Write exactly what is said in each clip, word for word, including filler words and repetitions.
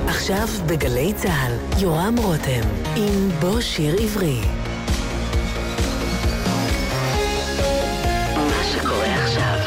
עכשיו בגלי צהל, יורם רותם, עם בו שיר עברי. מה שקורה עכשיו.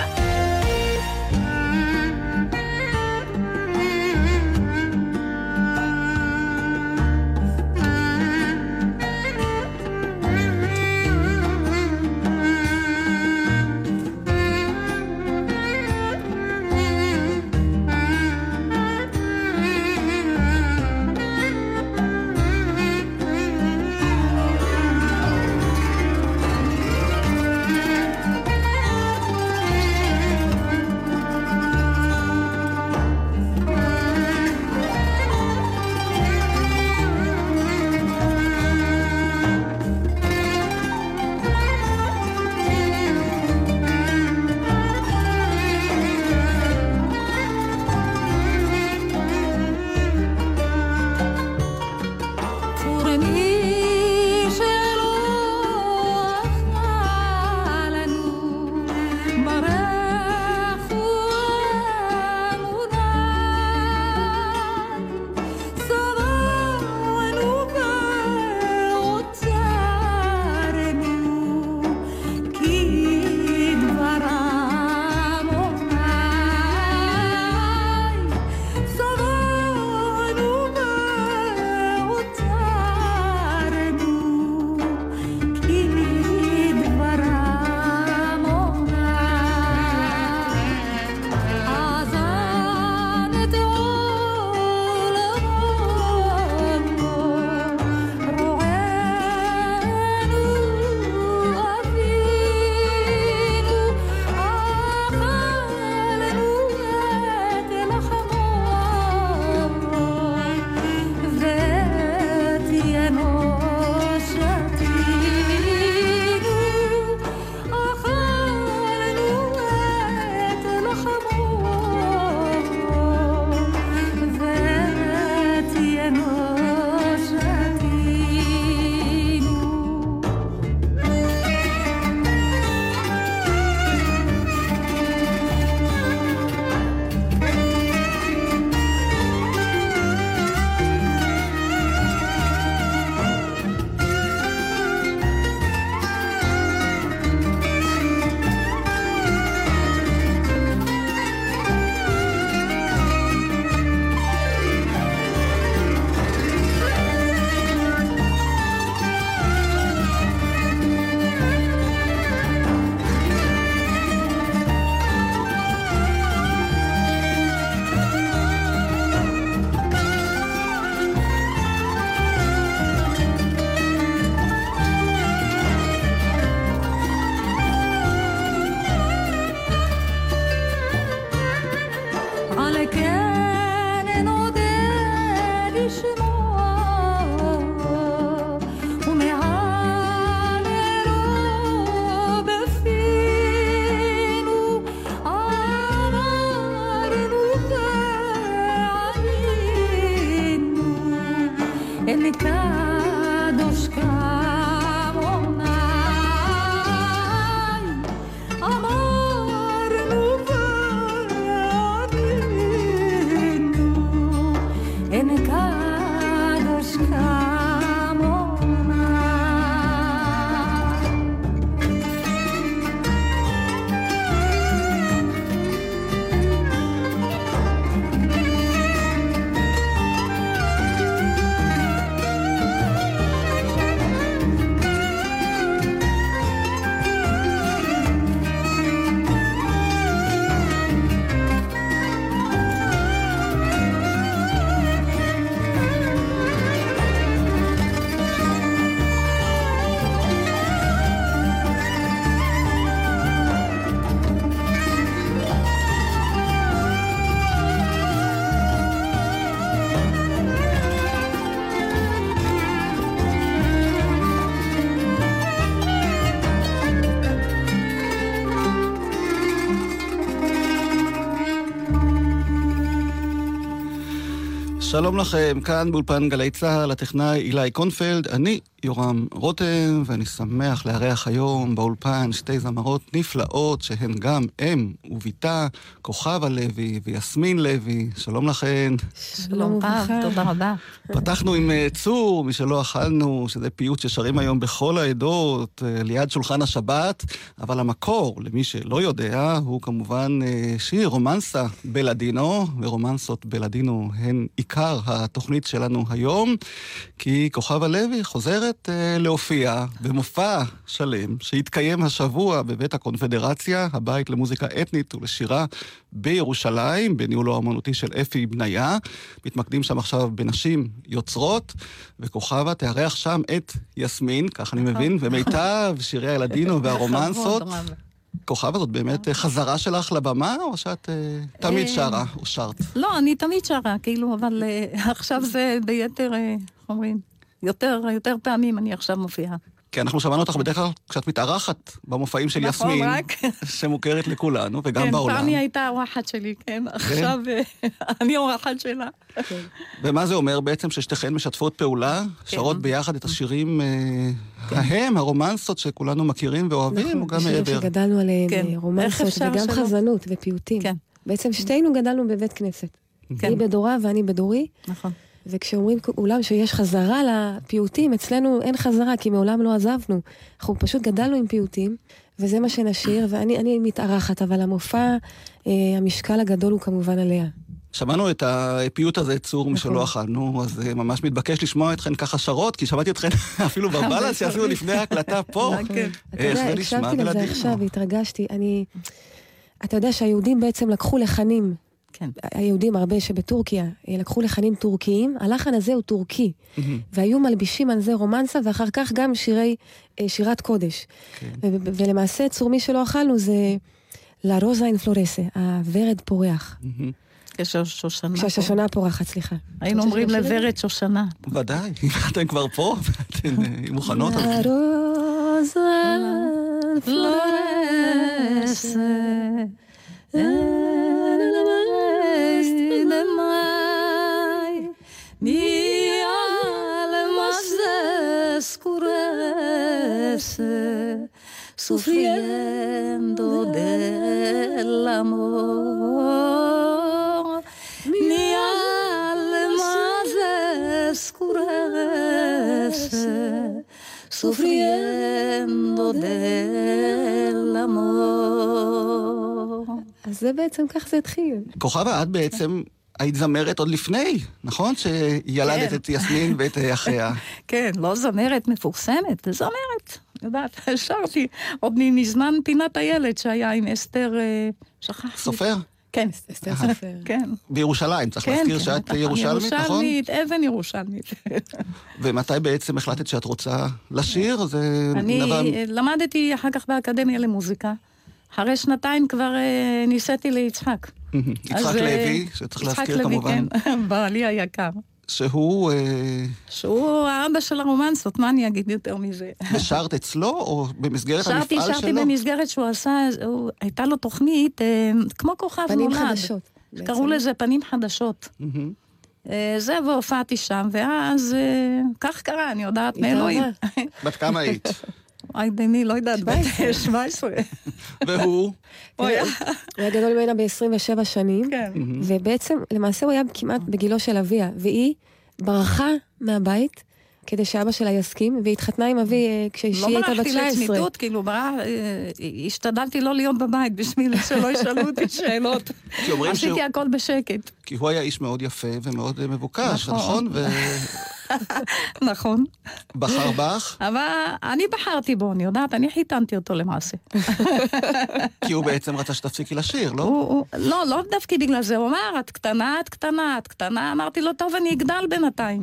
שלום לכם, כאן באולפן גלי צהל, הטכנאי אילי קונפלד, אני יורם רותם, ואני שמח לארח היום באולפן שתי זמרות נפלאות שהן גם אם וביתה, כוכבה לוי ויסמין לוי. שלום לכן. שלום רב, תודה רבה. פתחנו עם צור, מי שלא אכלנו, שזה פיוט ששרים היום בכל העדות, ליד שולחן השבת, אבל המקור, למי שלא יודע, הוא כמובן שיר רומנסה בלדינו, ורומנסות בלדינו הן עיקר התוכנית שלנו היום, כי כוכבה לוי חוזרת להופיע במופע שלם שהתקיים השבוע בבית הקונפדרציה, הבית למוזיקה אתנית ולשירה בירושלים, בניהולו האמנותי של אפי בניה. מתמקדים שם עכשיו בנשים יוצרות, וכוכבה תארח שם את יסמין, כך אני מבין, ומיטב שירי הלדינו והרומנסות. כוכבה, זאת באמת חזרה שלך לבמה, או שאת תמיד שרה או שרת? לא, אני תמיד שרה, כאילו, אבל עכשיו זה ביתר, אומרים, יותר, יותר פעמים אני עכשיו מופיעה. כי אנחנו שמענו אותך בדרך כלל כשאת מתארחת במופעים של יסמין, שמוכרת לכולנו, וגם בעולם. כן, פעם היא הייתה אורחת שלי, כן, עכשיו אני אורחת שלה. ומה זה אומר בעצם ששתיכן משתפות פעולה, שרות ביחד את השירים ההם, הרומנסות שכולנו מכירים ואוהבים, וגם מעבר. שירים שגדלנו עליהם, רומנסות וגם חזנות ופיוטים. בעצם שתינו גדלנו בבית כנסת. היא בדורה ואני בדורי. נכון. וכשאומרים אולם שיש חזרה לפיוטים, אצלנו אין חזרה, כי מעולם לא עזבנו. אנחנו פשוט גדלנו עם פיוטים, וזה מה שנשאיר, ואני אני מתארחת, אבל המופע, אה, המשקל הגדול הוא כמובן עליה. שמענו את הפיוט הזה, צור, משלא אכלנו, אז ממש מתבקש לשמוע אתכן ככה שרות, כי שמעתי אתכן אפילו בבלנס שעשינו לפני ההקלטה פה. אתה יודע, הקשבתי לזה עכשיו והתרגשתי. אני, אתה יודע שהיהודים בעצם לקחו לחנים, כן. היהודים הרבה שבטורקיה לקחו לחנים טורקיים, הלחן הזה הוא טורקי, mm-hmm. והיו מלבישים על זה רומנסה, ואחר כך גם שירי, שירת קודש. Okay. ו- ולמעשה צור מי שלא אכלנו זה לרוזה אינפלורסה, הוורד פורח. Mm-hmm. כשהשושנה כשהשושנה פורחת, סליחה. היינו אומרים לוורד שושנה. ודאי, אם אתן כבר פה, אתן מוכנות. לרוזה אינפלורסה mi alma se escurece sufriendo del amor mi alma se escurece sufriendo del amor. אז זה בעצם כך זה התחיל. כוכבה, את בעצם היית זמרת עוד לפני, נכון? שילדת את יסמין ואת אחיה. כן, לא זמרת מפורסמת, זמרת. יודעת, שרתי עוד מזמן פינת הילד שהיה עם אסתר, שכחתי. סופר? כן, אסתר סופר. כן. בירושלים, צריך להזכיר שאת ירושלמית, נכון? ירושלמית, אבן ירושלמית. ומתי בעצם החלטת שאת רוצה לשיר? אני למדתי אחר כך באקדמיה למוזיקה. אחרי שנתיים כבר ניסיתי ליצחק. יצחק לוי, שצריך להזכיר כמובן. יצחק לוי, כן, בעלי היקר. שהוא... שהוא האבא של הרומנסות, מה אני אגיד יותר מזה? ושרת אצלו, או במסגרת המפעל שלו? שרתי, שרתי במסגרת שהוא עשה, הייתה לו תוכנית, כמו כוכב נולד. פנים חדשות. קראו לזה פנים חדשות. זה, והופעתי שם, ואז כך קרה, אני יודעת מאלוהים. בת כמה היית? אני לא יודעת, בת שבע עשרה. והוא? הוא היה גדול ממנה ב-עשרים ושבע שנים, ובעצם, למעשה הוא היה כמעט בגילו של אביה, והיא ברחה מהבית, כדי שאבא שלה יסכים, והיא התחתנה עם אבי כשהיא הייתה בת תשע עשרה. לא ברחתי לצמיתות, כאילו, השתדלתי לא להיות בבית, בשביל שלא ישאלו אותי שאלות. עשיתי הכל בשקט. כי הוא היה איש מאוד יפה ומאוד מבוקש, נכון? נכון. בחר בך? אבל אני בחרתי בו, אני יודעת, אני חיתנתי אותו למעשה. כי הוא בעצם רצה שתפסיקי לשיר, לא? לא, לא דווקא בגלל זה, הוא אמר, את קטנה, את קטנה, את קטנה, אמרתי לו, טוב, אני אגדל בינתיים.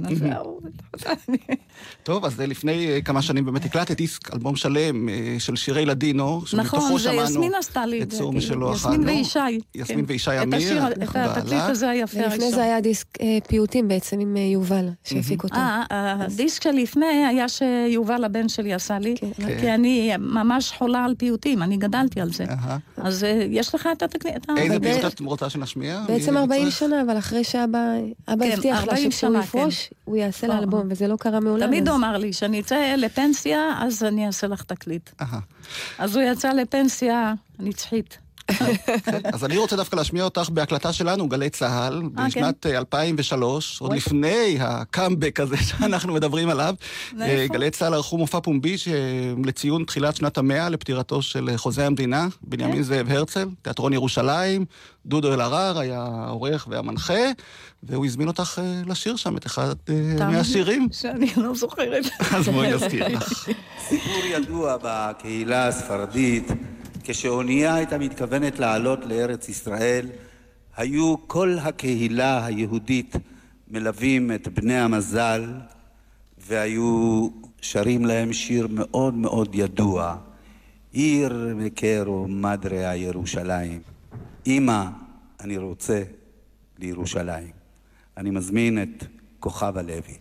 טוב, אז לפני כמה שנים באמת הקלטת דיסק, אלבום שלם של שירי לדינו, נכון, זה יסמין עשתה לי, יסמין וישי. יסמין וישי אמיר. את התקליט הזה היפה. לפני זה היה דיסק פיוטים בעצם עם יובל, שהפיק אותו. הדיסק שלפני היה שיובל הבן שלי עשה לי, כי אני ממש חולה על פיוטים, אני גדלתי על זה. אז יש לך את התקליט. איזה פיוט את רוצה שנשמיע? בעצם ארבעים שנה, אבל אחרי שאבא הבטיח לה שהוא יפרוש, הוא יעשה לאלבום, וזה לא קרה מעולם. תמיד הוא אמר לי, שאני אצא לפנסיה, אז אני אעשה לך תקליט. אז הוא יצא לפנסיה נצחית. אז אני רוצה דווקא להשמיע אותך בהקלטה שלנו, גלי צהל, בשנת אלפיים ושלוש, עוד לפני הקאמבק הזה שאנחנו מדברים עליו. גלי צהל ערכו מופע פומבי לציון תחילת שנת המאה לפטירתו של חוזה המדינה, בנימין זאב הרצל, תיאטרון ירושלים, דודו אלהרר היה העורך והמנחה, והוא הזמין אותך לשיר שם את אחד מהשירים. שאני לא זוכרת. אז בואי נזכיר לך. סיפור ידוע בקהילה הספרדית, כשאונייה הייתה מתכוונת לעלות לארץ ישראל, היו כל הקהילה היהודית מלווים את בני המזל, והיו שרים להם שיר מאוד מאוד ידוע, עיר מקרו מדריה ירושלים. אמא, אני רוצה לירושלים. אני מזמין את כוכב הלוי.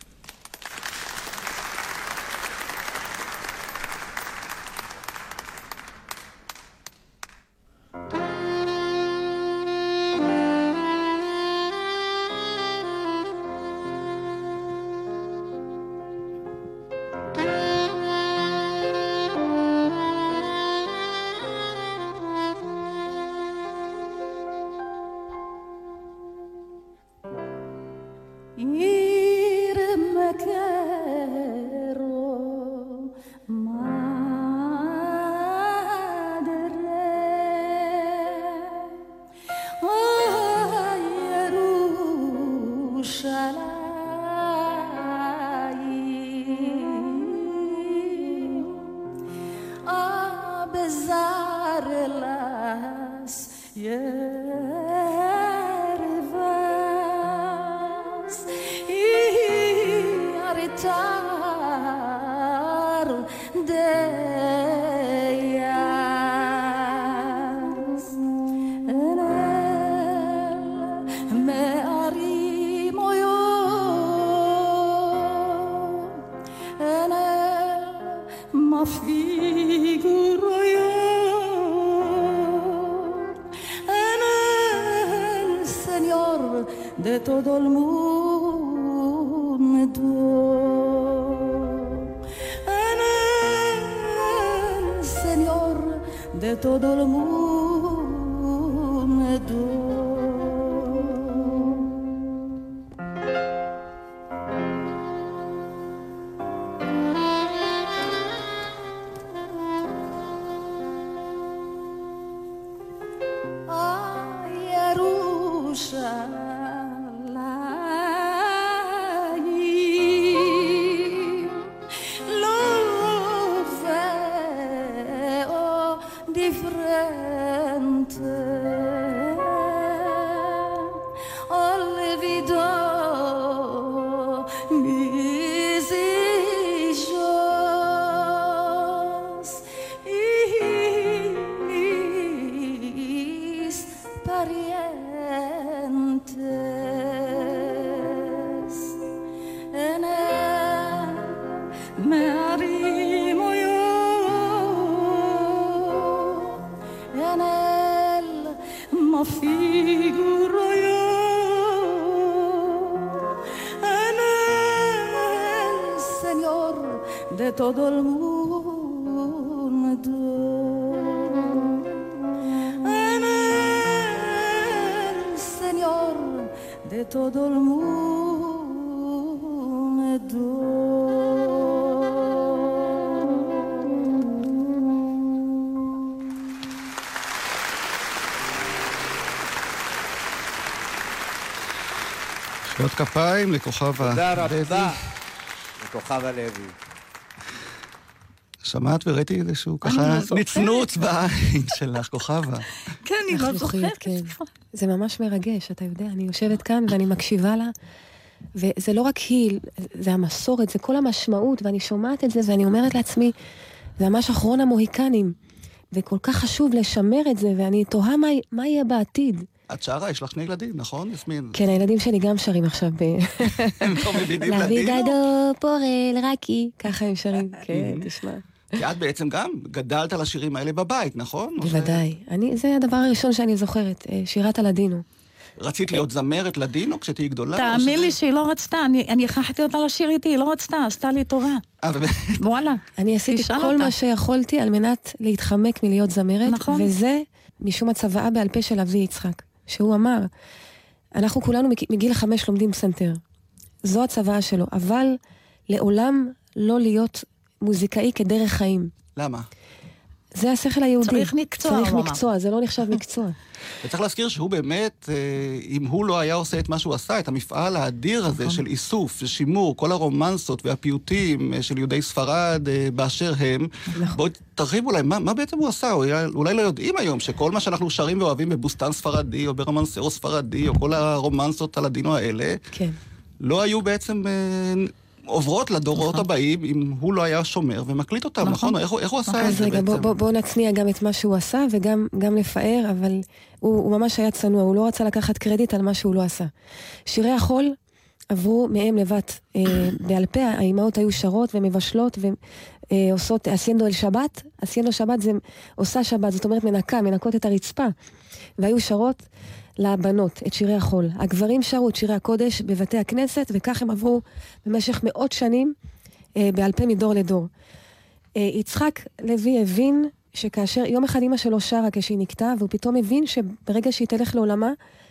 de todo el mundo. En el Señor de todo el mundo. De todo el mundo, en el Señor de todo el mundo. מחיאות כפיים לכוכב הלוי. תודה רבה לכוכב הלוי. שמעת וראיתי איזשהו ככה נצנוץ בעין שלך, כוכבה. כן, אני לא זוכרת. זה ממש מרגש, אתה יודע, אני יושבת כאן ואני מקשיבה לה, וזה לא רק היא, זה המסורת, זה כל המשמעות, ואני שומעת את זה ואני אומרת לעצמי, זה ממש אחרון המוהיקנים, וכל כך חשוב לשמר את זה, ואני תוהה מה, מה יהיה בעתיד. את שרה, יש לך שני ילדים, נכון, יסמין? כן, הילדים שלי גם שרים עכשיו ב... הם לא מבינים לדינו? להביא דדו, פורל, רקי, ככה הם שרים, כן, תשמע. כי את בעצם גם גדלת על השירים האלה בבית, נכון? בוודאי. אני, זה הדבר הראשון שאני זוכרת, שירת הלדינו. רצית להיות זמרת לדינו כשתהי גדולה? תאמין לי שהיא לא רצתה, אני הכרחתי אותה לשיר איתי, היא לא רצתה, עשתה לי טובה. וואלה. אני עשיתי כל מה שיכולתי על מנת להתחמק מלהיות זמרת, וזה משום הצוואה בעל פה של אבי יצחק, שהוא אמר, אנחנו כולנו מגיל חמש לומדים פסנתר. זו הצוואה שלו, אבל לעולם לא להיות מוזיקאי כדרך חיים. למה? זה השכל היהודי. צריך מקצוע. צריך מקצוע, זה לא נחשב מקצוע. וצריך להזכיר שהוא באמת, אם הוא לא היה עושה את מה שהוא עשה, את המפעל האדיר הזה של איסוף ושימור, כל הרומנסות והפיוטים של יהודי ספרד באשר הם, בואי תרחיבו להם, מה בעצם הוא עשה? אולי לא יודעים היום שכל מה שאנחנו שרים ואוהבים בבוסטן ספרדי, או ברומנסרו ספרדי, או כל הרומנסות על הדינו האלה, לא היו בעצם עוברות לדורות הבאים, אם הוא לא היה שומר ומקליט אותם, נכון? איך הוא עשה את זה בעצם? אז רגע, בואו נצניע גם את מה שהוא עשה, וגם לפאר, אבל הוא ממש היה צנוע, הוא לא רצה לקחת קרדיט על מה שהוא לא עשה. שירי החול עברו מהם לבת בעל פה, האימהות היו שרות ומבשלות, ועושות אסיינדו אל שבת, אסיינדו שבת זה עושה שבת, זאת אומרת מנקה, מנקות את הרצפה, והיו שרות לבנות, את שירי החול. הגברים שרו את שירי הקודש בבתי הכנסת, וכך הם עברו במשך מאות שנים אה, בעל פה מדור לדור. אה, יצחק לוי הבין שכאשר יום אחד אמא שלו שרה כשהיא נקטה, והוא פתאום הבין שברגע שהיא תלך לעולמה,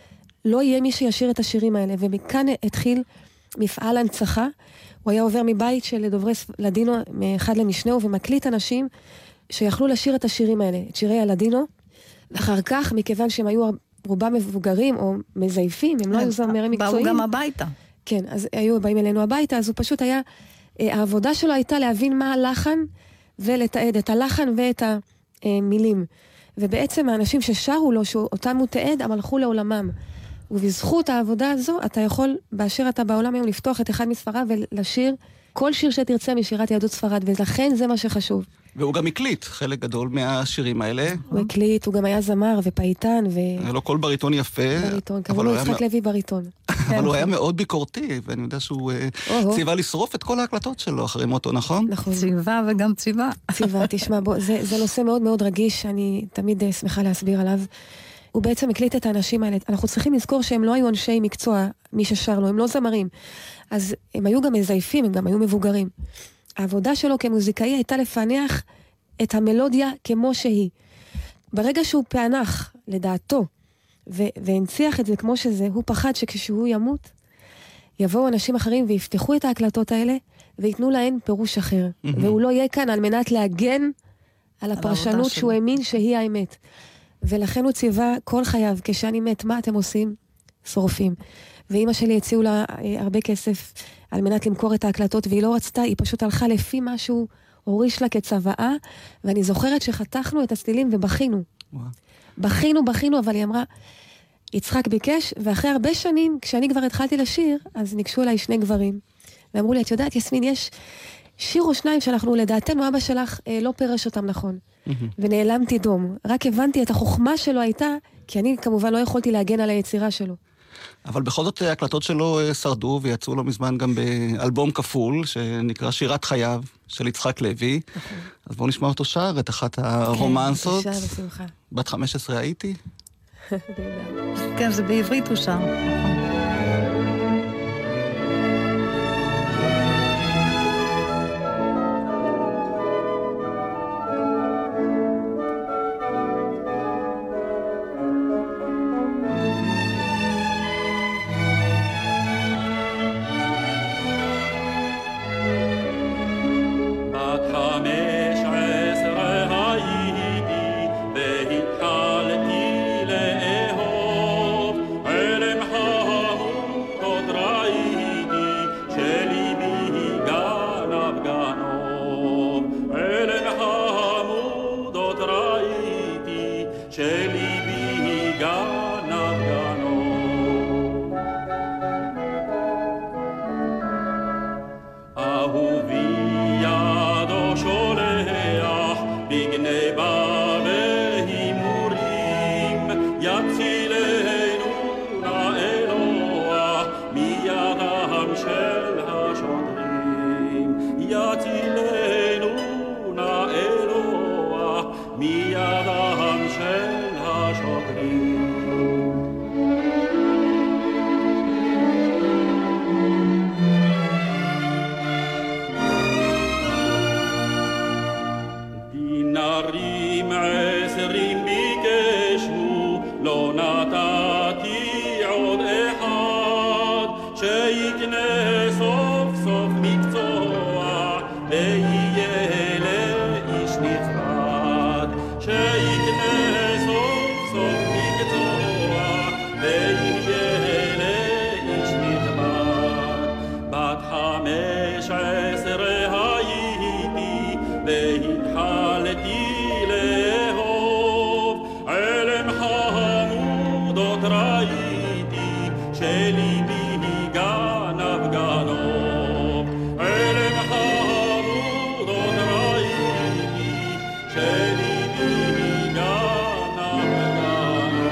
לא יהיה מי שישיר את השירים האלה. ומכאן התחיל מפעל הנצחה. הוא היה עובר מבית של דוברי לדינו, מאחד למשנהו, ומקליט אנשים שיכלו לשיר את השירים האלה, את שירי הלדינו. אחר כך, מכיוון שהם היו רובם מבוגרים או מזייפים, הם לא היו זמרים מקצועיים. באו גם הביתה. כן, אז היו באים אלינו הביתה, אז הוא פשוט היה, העבודה שלו הייתה להבין מה הלחן ולתעד את הלחן ואת המילים. ובעצם האנשים ששרו לו, שאותם הוא תעד, הם הלכו לעולמם. ובזכות העבודה הזו, אתה יכול, באשר אתה בעולם היום, לפתוח את אחד מספריו ולשיר כל שיר שתרצה משירת יהדות ספרד, ולכן זה מה שחשוב. והוא גם הקליט חלק גדול מהשירים האלה. הוא הקליט, הוא גם היה זמר ופייטן ו... היה לו קול בריטון יפה. בריטון, קראו לו יצחק לוי בריטון. אבל הוא היה מאוד ביקורתי, ואני יודע שהוא ציווה לשרוף את כל ההקלטות שלו אחרי מותו, נכון? נכון. ציווה וגם ציווה. ציווה, תשמע, זה נושא מאוד מאוד רגיש, שאני תמיד שמחה להסביר עליו. הוא בעצם הקליט את האנשים האלה. אנחנו צריכים לזכור שהם לא היו אנשי מקצוע, מי ששר לו, הם לא זמרים. אז הם היו גם מזייפים, הם גם היו מבוגרים. העבודה שלו כמוזיקאי הייתה לפענח את המלודיה כמו שהיא. ברגע שהוא פענח, לדעתו, ו- והנציח את זה כמו שזה, הוא פחד שכשהוא ימות, יבואו אנשים אחרים ויפתחו את ההקלטות האלה, ויתנו להן פירוש אחר. Mm-hmm. והוא לא יהיה כאן על מנת להגן על הפרשנות שהוא האמין שהיא האמת. ולכן הוא ציווה כל חייו, כשאני מת, מה אתם עושים? שורפים. ואמא שלי הציעו לה הרבה כסף על מנת למכור את ההקלטות, והיא לא רצתה, היא פשוט הלכה לפי משהו הוריש לה כצוואה, ואני זוכרת שחתכנו את הסלילים ובכינו. וואו. בכינו, בכינו, אבל היא אמרה, יצחק ביקש, ואחרי הרבה שנים, כשאני כבר התחלתי לשיר, אז ניגשו אליי שני גברים, ואמרו לי, את יודעת, יסמין, יש שיר או שניים שאנחנו, לדעתנו, אבא שלך אה, לא פרש אותם נכון. ונעלמתי דום. רק הבנתי את החוכמה שלו הייתה, כי אני כמובן לא יכולתי להגן על היצירה שלו. אבל בכל זאת ההקלטות שלו שרדו, ויצאו לא מזמן גם באלבום כפול, שנקרא שירת חייו, של יצחק לוי. אז בואו נשמע אותו שר, את אחת הרומנסות. כן, בבקשה, בשמחה. בת חמש עשרה הייתי. כן, זה בעברית הוא שר. מידם של השוטרים שיקנה סוף סוף מקצוע ויהיה לאיש נפרד, שיקנה סוף סוף מקצוע ויהיה לאיש נכבד. בת חמש עשרה הייתי והתחלתי לאהוב, אלם חמודות ראיתי שליבי גנב גנוב, אלם חמודות ראיתי שליבי גנב גנוב.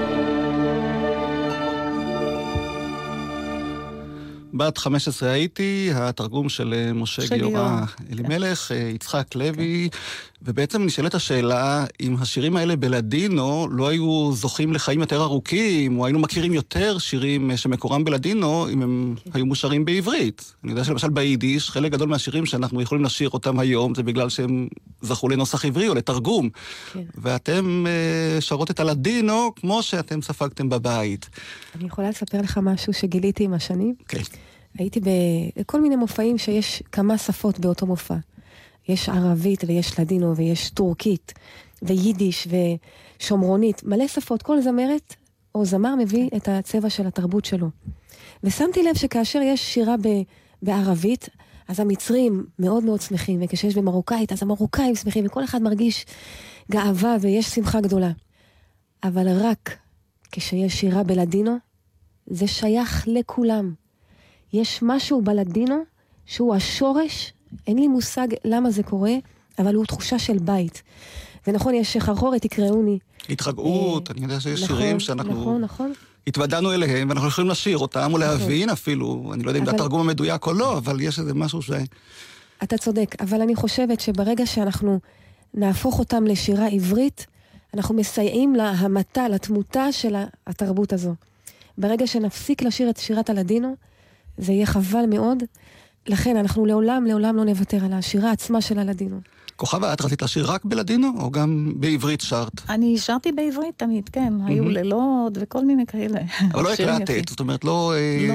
בת חמש עשרה הייתי, התרגום של משה גיורא אלימלך, יצחק לוי, ובעצם נשאלת השאלה אם השירים האלה בלדינו לא היו זוכים לחיים יותר ארוכים, או היינו מכירים יותר שירים שמקורם בלדינו, אם הם היו מושרים בעברית. אני יודע שלמשל ביידיש, חלק גדול מהשירים שאנחנו יכולים לשיר אותם היום, זה בגלל שהם זכו לנוסח עברי או לתרגום. כן. ואתם uh, שרות את הלדינו כמו שאתם ספגתם בבית. אני יכולה לספר לך משהו שגיליתי עם השנים? כן. הייתי בכל מיני מופעים שיש כמה שפות באותו מופע. יש ערבית ויש לדינו ויש טורקית ויידיש ושומרונית, מלא שפות. כל זמרת או זמר מביא את הצבע של התרבות שלו. ושמתי לב שכאשר יש שירה ב- בערבית, אז המצרים מאוד מאוד שמחים, וכשיש במרוקאית, אז המרוקאים שמחים, וכל אחד מרגיש גאווה ויש שמחה גדולה. אבל רק כשיש שירה בלדינו, זה שייך לכולם. יש משהו בלדינו שהוא השורש, אין לי מושג למה זה קורה, אבל הוא תחושה של בית. ונכון, יש שחרחורת, תקראוני. התרגעות, אני יודע שיש שירים שאנחנו... נכון, נכון. התוודענו אליהם, ואנחנו יכולים לשיר אותם, או להבין אפילו, אני לא יודע אם זה התרגום המדויק או לא, אבל יש איזה משהו ש... אתה צודק, אבל אני חושבת שברגע שאנחנו נהפוך אותם לשירה עברית, אנחנו מסייעים להמתה, לתמותה של התרבות הזו. ברגע שנפסיק לשיר את שירת הלדינו, זה יהיה חבל מאוד, לכן אנחנו לעולם, לעולם לא נוותר על השירה עצמה של הלדינו. כוכבה, את רצית לשיר רק בלדינו, או גם בעברית שרת? אני שרתי בעברית תמיד, כן. היו לילות וכל מיני כאלה. אבל לא הקלטת, זאת אומרת, לא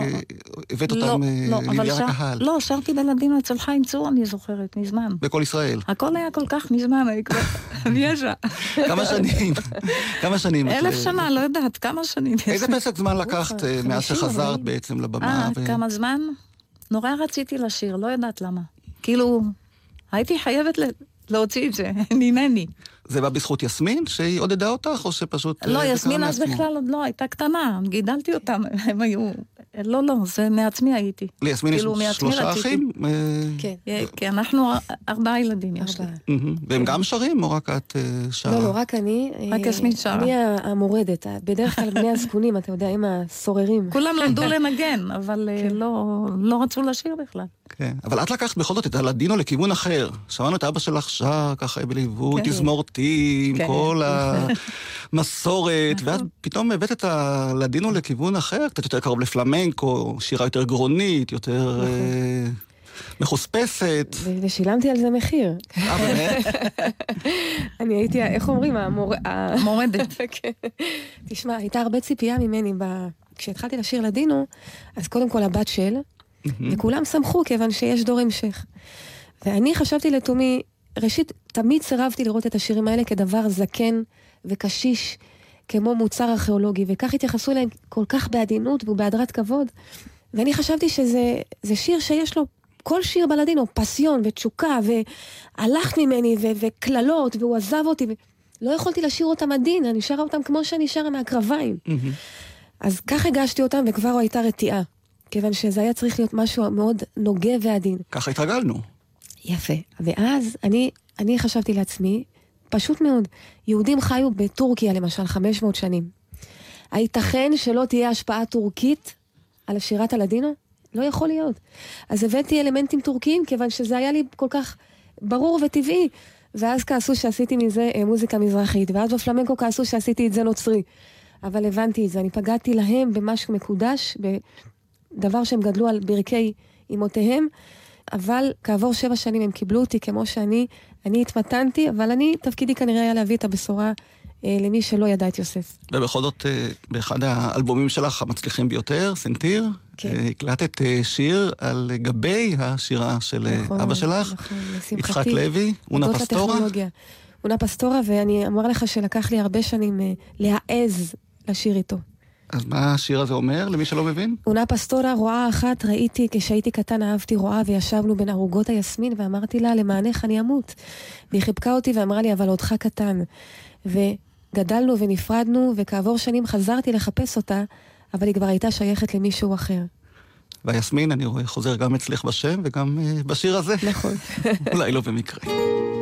הבאת אותם לעניין הקהל. לא, שרתי בלדינו אצל חיים צור, אני זוכרת, מזמן. בכל ישראל. הכל היה כל כך מזמן, אני כבר ישע. כמה שנים? כמה שנים? אלף שנה, לא יודעת, כמה שנים. איזה פסק זמן לקחת מאז שחזרת בעצם לבמה? אה, כמה זמן? נורא רציתי לשיר, לא יודעת למה. כאילו, הייתי חייבת להוציא את זה, ממני. זה בא בזכות יסמין, שהיא עודדה אותך, או שפשוט... לא, יסמין אז בכלל עוד לא, הייתה קטנה, גידלתי אותם, הם היו... לא, לא, זה מעצמי הייתי. ליסמין יש שלושה אחים? כן, כי אנחנו ארבעה ילדים יש לי. והם גם שרים, או רק את שרה? לא, לא, רק אני. רק יסמין שרה. אני המורדת, בדרך כלל בני הזקונים, אתה יודע, עם הסוררים. כולם למדו לנגן, אבל לא רצו לשיר בכלל. כן, אבל את לקחת בכל זאת את הלדינו לכיוון אחר. שמענו את אבא שלך שר, ככה בליווי, תזמורתים, כל המסורת, ואז פתאום הבאת את הלדינו לכיוון אחר, קצת יותר קרוב לפלמנקו, שירה יותר גרונית, יותר מחוספסת. ושילמתי על זה מחיר. אה, באמת? אני הייתי, איך אומרים, המורדת. תשמע, הייתה הרבה ציפייה ממני, כשהתחלתי לשיר לדינו, אז קודם כל הבת של, וכולם שמחו כיוון שיש דור המשך. ואני חשבתי לתומי, ראשית, תמיד סירבתי לראות את השירים האלה כדבר זקן וקשיש, כמו מוצר ארכיאולוגי, וכך התייחסו אליהם כל כך בעדינות ובהדרת כבוד. ואני חשבתי שזה זה שיר שיש לו, כל שיר בלדינו, פסיון ותשוקה, והלך ממני, ו- וכללות, והוא עזב אותי, ולא יכולתי לשיר אותם עדין, אני שרה אותם כמו שאני שרה מהקרביים. אז כך הגשתי אותם, וכבר הייתה רתיעה. כיוון שזה היה צריך להיות משהו מאוד נוגע ועדין. ככה התרגלנו. יפה. ואז אני, אני חשבתי לעצמי, פשוט מאוד, יהודים חיו בטורקיה למשל חמש מאות שנים. הייתכן שלא תהיה השפעה טורקית על שירת הלדינו? לא יכול להיות. אז הבאתי אלמנטים טורקיים, כיוון שזה היה לי כל כך ברור וטבעי. ואז כעסו שעשיתי מזה מוזיקה מזרחית, ואז בפלמנקו כעסו שעשיתי את זה נוצרי. אבל הבנתי את זה, אני פגעתי להם במשהו מקודש, דבר שהם גדלו על ברכי אמותיהם, אבל כעבור שבע שנים הם קיבלו אותי כמו שאני, אני התמתנתי, אבל אני, תפקידי כנראה היה להביא את הבשורה אה, למי שלא ידע את יוסף. ובכל זאת, אה, באחד האלבומים שלך המצליחים ביותר, סנטיר, הקלטת שיר על גבי השירה של אבא שלך, יצחק לוי, אונה פסטורה. אונה פסטורה, ואני אמר לך שלקח לי הרבה שנים להעז לשיר איתו. אז מה השיר הזה אומר, למי שלא מבין? אונה פסטורה, רואה אחת, ראיתי, כשהייתי קטן אהבתי רואה, וישבנו בין ערוגות היסמין, ואמרתי לה, למענך אני אמות. והיא חיבקה אותי ואמרה לי, אבל אותך קטן. וגדלנו ונפרדנו, וכעבור שנים חזרתי לחפש אותה, אבל היא כבר הייתה שייכת למישהו אחר. והיסמין, אני רואה, חוזר גם אצלך בשם, וגם uh, בשיר הזה. נכון. אולי לא במקרה.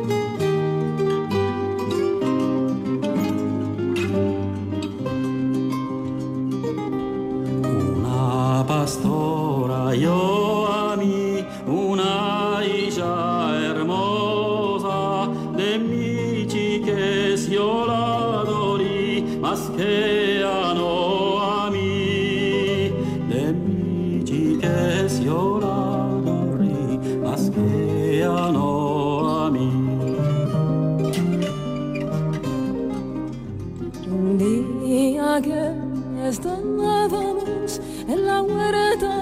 Pastora, yo a mí una hija hermosa de mi chiques yo la adoré más que a no a mí de mi chiques yo la adoré más que a no a mí. Un día que estábamos en la huerta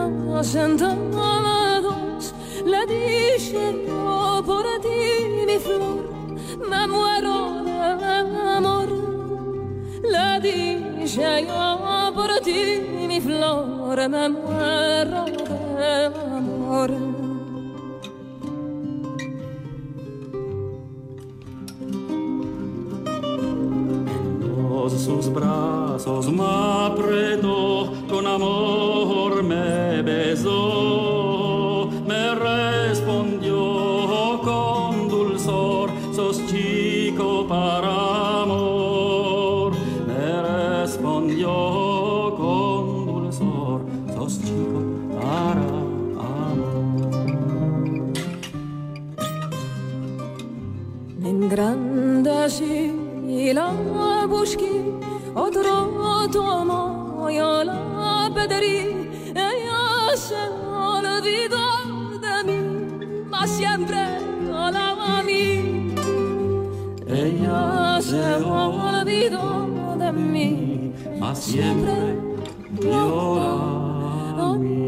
sentados, le dije yo por ti mi flor, me muero de amor. Le dije yo por ti mi flor, me muero de amor. Sus brazos me apretó, con amor me besó, me respondió con dulzor, sos chico para amor. Me respondió con dulzor, sos chico para amor. Engrandecí la busqué, otro tomo yo la pedí, ella se olvidó de mí, mas siempre yo la amé. Ella se olvidó de mí, mas siempre yo la amé.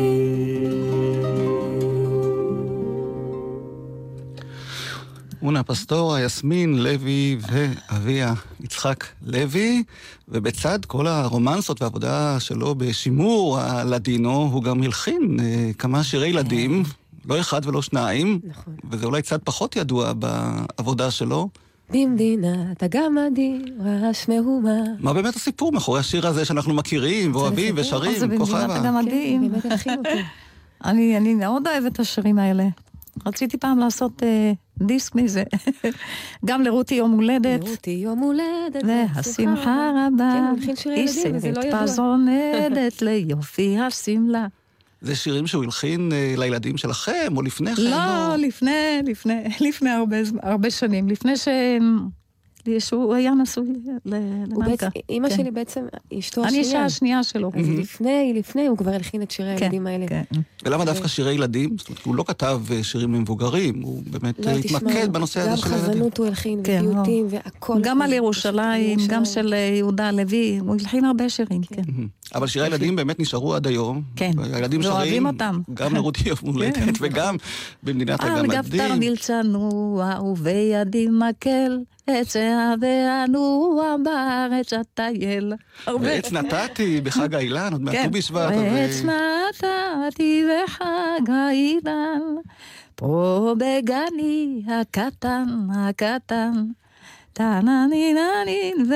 אונה פסטורה, יסמין לוי ואביה יצחק לוי, ובצד כל הרומנסות והעבודה שלו בשימור הלדינו, הוא גם הלחין אה, כמה שירי ילדים, לא אחד ולא שניים, נכון. וזה אולי קצת פחות ידוע בעבודה שלו. במדינת הגמדים רעש מהומה. מה באמת הסיפור מאחורי השיר הזה שאנחנו מכירים ואוהבים ושרים? זה במדינת הגמדים. כן, באמת הכין אותו. אני, אני מאוד אוהבת את השירים האלה. רציתי פעם לעשות אה, דיסק מזה. גם לרותי יום הולדת. לרותי יום הולדת. והשמחה רבה. כן, הוא הלחין שירי ילדים, וזה לא ידוע. פזונדת ליופי השמלה. זה שירים שהוא הלחין אה, לילדים שלכם, או לפני כן? לא, או... לפני, לפני, לפני הרבה, הרבה שנים. לפני ש... שהוא היה נשוי למלכה. אמא שלי בעצם אשתו השנייה. אני אישה השנייה שלו. אז לפני, לפני, הוא כבר הלחין את שירי הילדים האלה. ולמה דווקא שירי ילדים? זאת אומרת, הוא לא כתב שירים למבוגרים, הוא באמת התמקד בנושא הזה של הילדים. גם חזנות הוא הלחין, ופיוטים, והכל. גם על ירושלים, גם של יהודה הלוי, הוא הלחין הרבה שירים, כן. אבל שירי הילדים באמת נשארו עד היום. כן, ואוהבים אותם. גם לרותי יום הולדת, וגם במדינת הגמדים. על גפתר נלצנוע, ובידים מקל. עץ ואנוע בארץ הטייל. ועץ נתתי בחג האילן, עוד מעטו בשבט. ועץ נתתי בחג האילן, פה בגני הקטן, הקטן, תנניננין ו...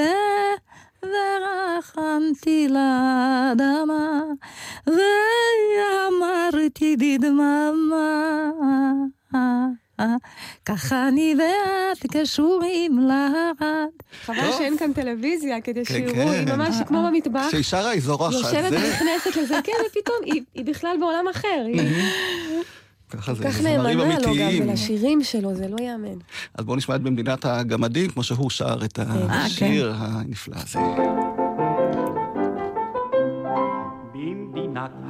ורחמתי לאדמה, ואמרתי בדממה, ככה אני ואת קשורים לערד. חבל שאין כאן טלוויזיה כדי שיראו, היא ממש כמו במטבח. שהיא שרה, היא זורחת. יושבת ונכנסת לזה, כן, ופתאום היא בכלל בעולם אחר. ככה זה, כך נאמנה לו גם, ולשירים שלו, זה לא יאמן. אז בואו נשמע את במדינת הגמדים, כמו שהוא שר את השיר הנפלא הזה. במדינת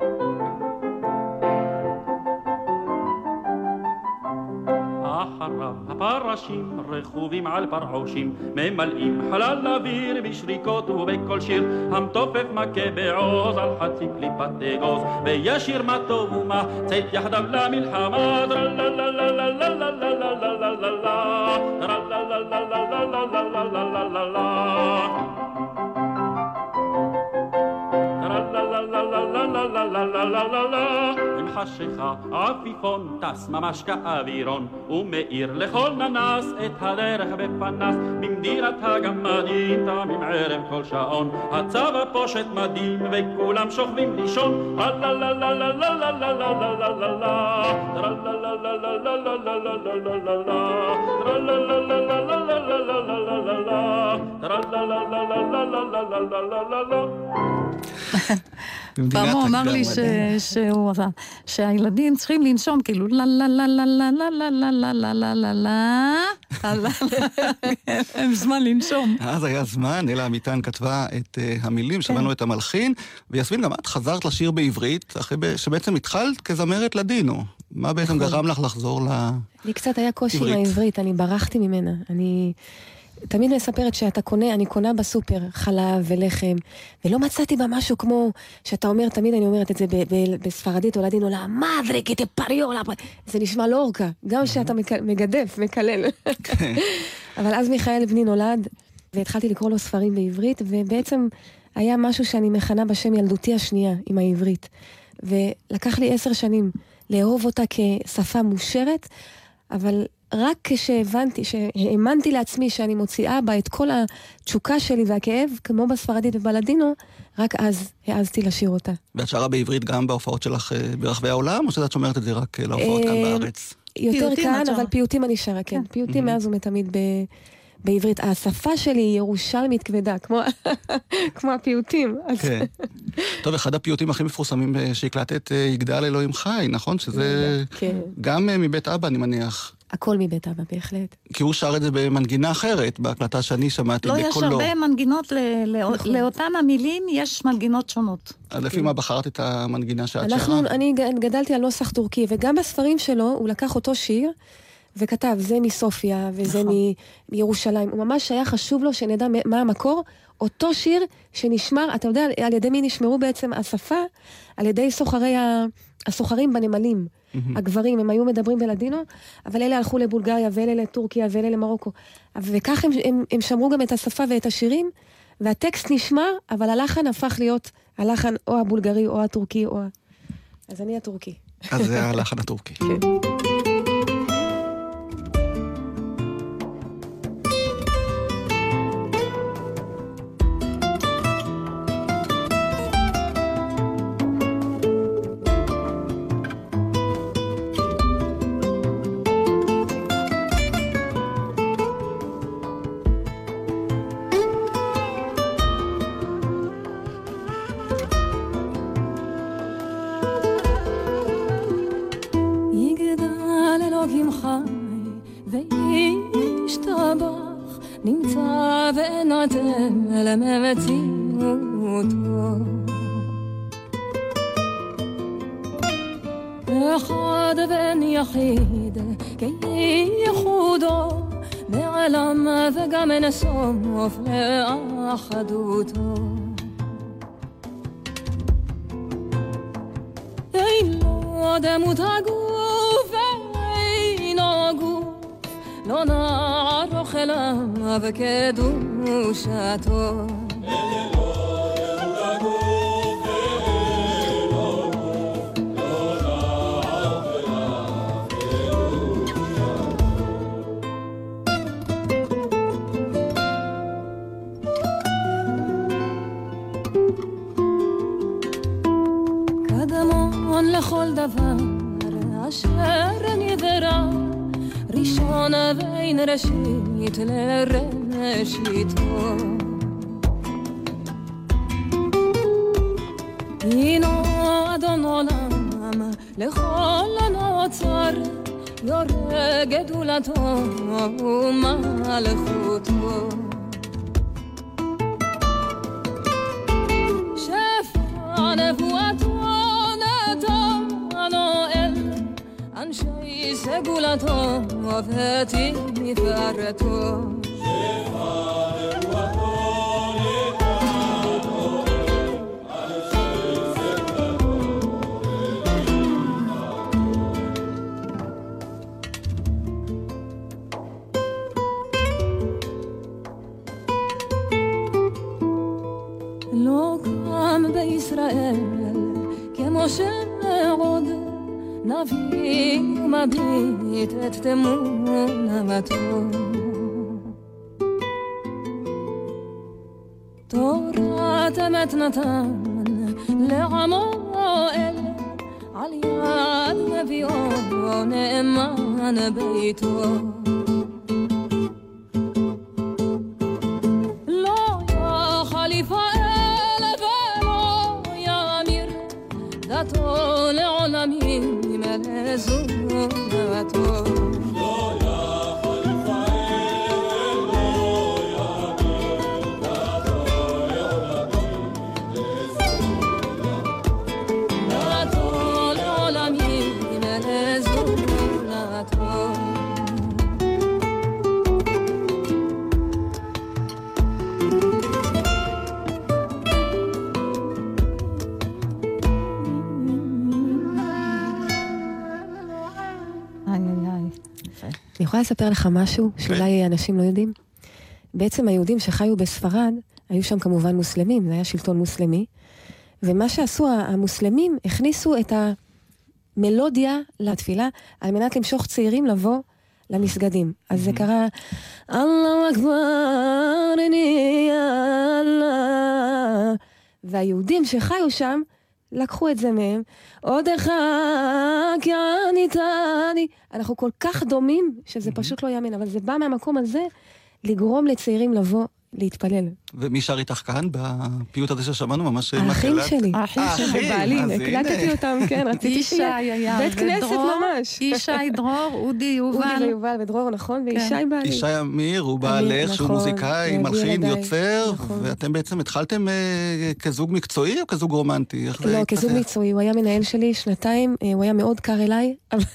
אחריו הפרשים רכובים על פרעושים ממלאים חלל אוויר בשריקות ובכל שיר המתופף מכה בעוז על חצי קליפת אגוז וישיר מה טוב ומה צאת יחדיו למלחמה עם חשיכה עפיפון טס ממש כאווירון ומאיר לכל ננס את הדרך בפנס במדירת הגמדים תמים ערב כל שעון הצבא פושט מדים וכולם שוכבים לישון פעם הוא אמר לי שהילדים צריכים לנשום כאילו לה לה לה לה לה לה לה לה לה לה לה לה לה הם זמן לנשום. אז היה זמן, אלה אמיתן כתבה את המילים, שמענו את המלחין, ויסמין גם את חזרת לשיר בעברית, אחרי שבעצם התחלת כזמרת לדינו. מה בעצם גרם לך לחזור לעברית? לי קצת היה קושי עם העברית, אני ברחתי ממנה. אני תמיד מספרת שאתה קונה, אני קונה בסופר חלב ולחם, ולא מצאתי בה משהו כמו, שאתה אומר, תמיד אני אומרת את זה בספרדית או לדינו, לה מדרי כתה פריולה, זה נשמע לא אורכה, גם שאתה מגדף, מקלל. אבל אז מיכאל בני נולד, והתחלתי לקרוא לו ספרים בעברית, ובעצם היה משהו שאני מכנה בשם ילדותי השנייה עם העברית. ולקח לי עשר שנים לאהוב אותה כשפה מושרת, אבל רק כשהבנתי, שהאמנתי לעצמי שאני מוציאה בה את כל התשוקה שלי והכאב, כמו בספרדית ובלדינו, רק אז העזתי לשיר אותה. ואת שרה בעברית גם בהופעות שלך ברחבי העולם, או שאת שומרת את זה רק להופעות כאן בארץ? יותר כאן, אבל פיוטים אני שרה, כן. פיוטים מאז ומתמיד בעברית. השפה שלי היא ירושלמית כבדה, כמו הפיוטים. טוב, אחד הפיוטים הכי מפורסמים שהקלטת, יגדל אלוהים חי, נכון? שזה גם מבית אבא, אני מניח. הכל מבית אבא, בהחלט. כי הוא שר את זה במנגינה אחרת, בהקלטה שאני שמעתי בקולו. לא, יש הרבה מנגינות, לאותן המילים יש מנגינות שונות. אז לפי מה בחרת את המנגינה שאת שרה? אני גדלתי על נוסח טורקי, וגם בספרים שלו הוא לקח אותו שיר, וכתב, זה מסופיה, וזה מירושלים. הוא ממש היה חשוב לו שנדע מה המקור, אותו שיר שנשמר, אתה יודע, על ידי מי נשמרו בעצם השפה, על ידי סוחרי הסוחרים בנמלים. הגברים, הם היו מדברים בלדינו, אבל אלה הלכו לבולגריה, ואלה לטורקיה, ואלה למרוקו. וכך הם, הם, הם שמרו גם את השפה ואת השירים, והטקסט נשמר, אבל הלחן הפך להיות הלחן או הבולגרי או הטורקי, או... אז אני הטורקי. אז זה הלחן הטורקי. כן. אחד בן יחיד כייחודו בעלם וגם אין סוף לאחדותו אין לו דמות הגוף ואינו גוף לא נערוך אליו כקדושתו לכל דבר אשר נברא ראשון ואין ראשית ראשיתו. הינו אדון עולם לכל הנוצר, יורה גדולתו ומלכותו. שפע נבואתו נתנו אל אנשי סגולתו ותפארתו. לא קם בישראל כמו שעוד נביא ומביט את תמונתו. תורת אמת נתן לעמו אל, על יד נביאו נאמן ביתו. לא יחל יפעל ולא יאמיר דתו לעולמים מלזונתו. לא יחל יפעל ולא יאמיר דתו לעולמים מלזונתו. אני יכולה לספר לך משהו שאולי אנשים לא יודעים? בעצם היהודים שחיו בספרד, היו שם כמובן מוסלמים, זה היה שלטון מוסלמי, ומה שעשו המוסלמים, הכניסו את המלודיה לתפילה, על מנת למשוך צעירים לבוא למסגדים. אז זה קרה, אללה אכבר, אני אללה. והיהודים שחיו שם, לקחו את זה מהם, עוד אחד, יעני תעני. אנחנו כל כך דומים, שזה פשוט לא יאמן, אבל זה בא מהמקום הזה, לגרום לצעירים לבוא להתפלל. ומי שר איתך כאן, בפיוט הזה ששמענו, ממש מקהלת? האחים שלי. האחים שלי. בעלי, הקלטתי אותם, כן, רציתי שיהיה. בית כנסת ממש. ישי דרור, אודי יובל. אודי ויובל ודרור, נכון, וישי בעלי. ישי אמיר, הוא בעלך, שהוא מוזיקאי, מלחין, יוצר, ואתם בעצם התחלתם כזוג מקצועי או כזוג רומנטי? לא, כזוג מקצועי, הוא היה מנהל שלי שנתיים, הוא היה מאוד קר אליי,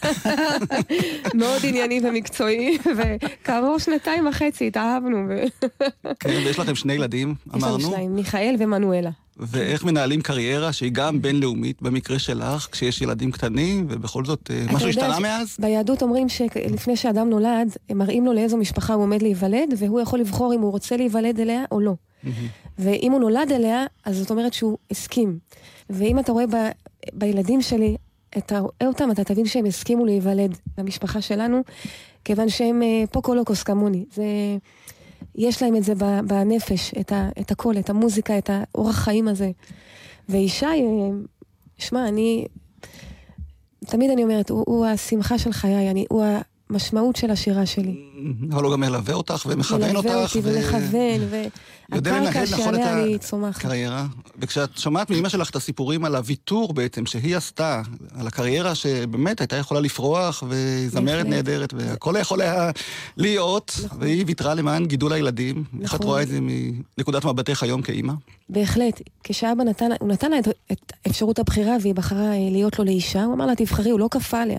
מאוד ענייני ומקצועי, וכעבור שנתיים וחצי התאהבנו. כן, ויש לכם שני ילדים, אמרנו. יש לנו שניים, מיכאל ומנואלה. ואיך מנהלים קריירה שהיא גם בינלאומית במקרה שלך, כשיש ילדים קטנים, ובכל זאת משהו השתנה מאז? ביהדות אומרים שלפני שאדם נולד, הם מראים לו לאיזו משפחה הוא עומד להיוולד, והוא יכול לבחור אם הוא רוצה להיוולד אליה או לא. ואם הוא נולד אליה, אז זאת אומרת שהוא הסכים. ואם אתה רואה בילדים שלי, אתה רואה אותם, אתה תבין שהם הסכימו להיוולד במשפחה שלנו, כיוון שהם פוקולוקוס כמוני. זה... יש להם את זה בנפש, את, ה, את הכל, את המוזיקה, את האורח חיים הזה. וישי, שמע, אני, תמיד אני אומרת, הוא, הוא השמחה של חיי, אני, הוא המשמעות של השירה שלי. אבל הוא גם מלווה אותך ומכוון אותך. מלווה אותי ומכוון, והקרקע שעליה אני צומחת. קריירה. וכשאת שומעת מאמא שלך את הסיפורים על הוויתור בעצם, שהיא עשתה, על הקריירה שבאמת הייתה יכולה לפרוח, וזמרת נהדרת, והכל יכול היה להיות, והיא ויתרה למען גידול הילדים. איך את רואה את זה מנקודת מבטך היום כאמא? בהחלט. כשאבא נתן, הוא נתן לה את אפשרות הבחירה, והיא בחרה להיות לו לאישה, הוא אמר לה, תבחרי, הוא לא כפה עליה.